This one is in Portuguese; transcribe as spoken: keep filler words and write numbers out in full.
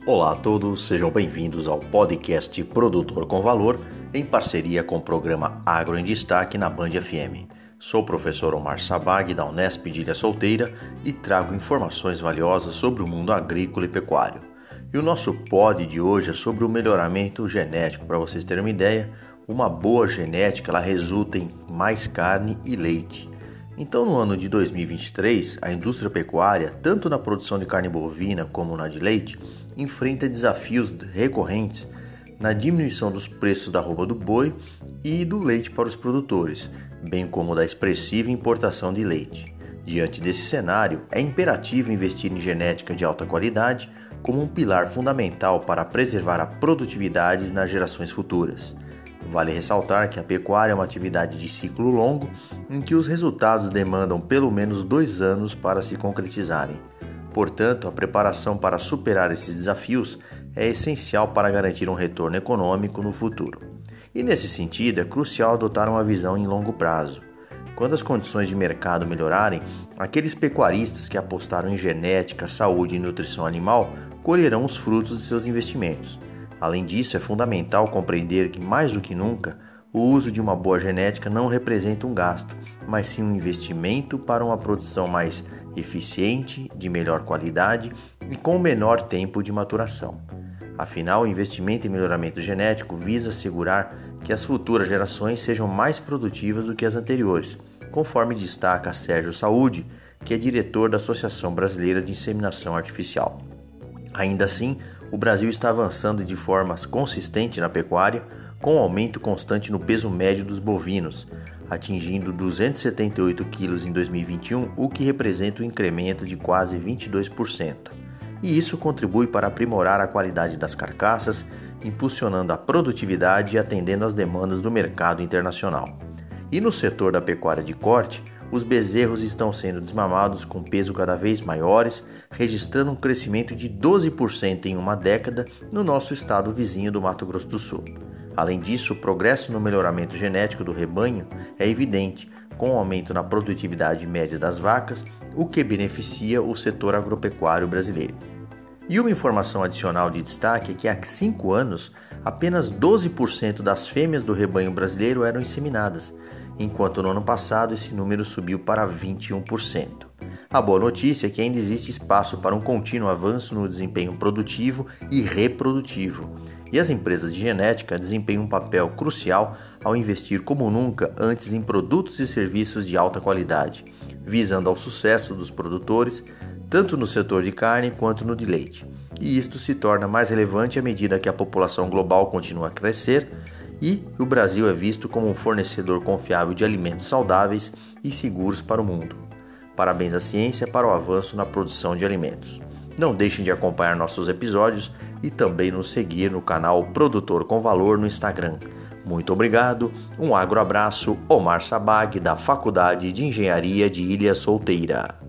Olá a todos, sejam bem-vindos ao podcast Produtor com Valor, em parceria com o programa Agro em Destaque na Band F M. Sou o professor Omar Sabag, da Unesp de Ilha Solteira, e trago informações valiosas sobre o mundo agrícola e pecuário. E o nosso pod de hoje é sobre o melhoramento genético. Para vocês terem uma ideia, uma boa genética ela resulta em mais carne e leite. Então, no ano de dois mil e vinte e três, a indústria pecuária, tanto na produção de carne bovina como na de leite, enfrenta desafios recorrentes na diminuição dos preços da arroba do boi e do leite para os produtores, bem como da expressiva importação de leite. Diante desse cenário, é imperativo investir em genética de alta qualidade como um pilar fundamental para preservar a produtividade nas gerações futuras. Vale ressaltar que a pecuária é uma atividade de ciclo longo, em que os resultados demandam pelo menos dois anos para se concretizarem. Portanto, a preparação para superar esses desafios é essencial para garantir um retorno econômico no futuro. E nesse sentido, é crucial adotar uma visão em longo prazo. Quando as condições de mercado melhorarem, aqueles pecuaristas que apostaram em genética, saúde e nutrição animal colherão os frutos de seus investimentos. Além disso, é fundamental compreender que, mais do que nunca, o uso de uma boa genética não representa um gasto, mas sim um investimento para uma produção mais eficiente, de melhor qualidade e com menor tempo de maturação. Afinal, o investimento em melhoramento genético visa assegurar que as futuras gerações sejam mais produtivas do que as anteriores, conforme destaca Sérgio Saúde, que é diretor da Associação Brasileira de Inseminação Artificial. Ainda assim, o Brasil está avançando de forma consistente na pecuária, com um aumento constante no peso médio dos bovinos, atingindo duzentos e setenta e oito quilos em dois mil e vinte e um, o que representa um incremento de quase vinte e dois por cento. E isso contribui para aprimorar a qualidade das carcaças, impulsionando a produtividade e atendendo às demandas do mercado internacional. E no setor da pecuária de corte, os bezerros estão sendo desmamados com peso cada vez maiores, registrando um crescimento de doze por cento em uma década no nosso estado vizinho do Mato Grosso do Sul. Além disso, o progresso no melhoramento genético do rebanho é evidente, com um aumento na produtividade média das vacas, o que beneficia o setor agropecuário brasileiro. E uma informação adicional de destaque é que há cinco anos, apenas doze por cento das fêmeas do rebanho brasileiro eram inseminadas, enquanto no ano passado esse número subiu para vinte e um por cento. A boa notícia é que ainda existe espaço para um contínuo avanço no desempenho produtivo e reprodutivo, e as empresas de genética desempenham um papel crucial ao investir como nunca antes em produtos e serviços de alta qualidade, visando ao sucesso dos produtores, tanto no setor de carne quanto no de leite. E isto se torna mais relevante à medida que a população global continua a crescer e o Brasil é visto como um fornecedor confiável de alimentos saudáveis e seguros para o mundo. Parabéns à ciência para o avanço na produção de alimentos. Não deixem de acompanhar nossos episódios e também nos seguir no canal Produtor com Valor no Instagram. Muito obrigado, um agroabraço, Omar Sabag, da Faculdade de Engenharia de Ilha Solteira.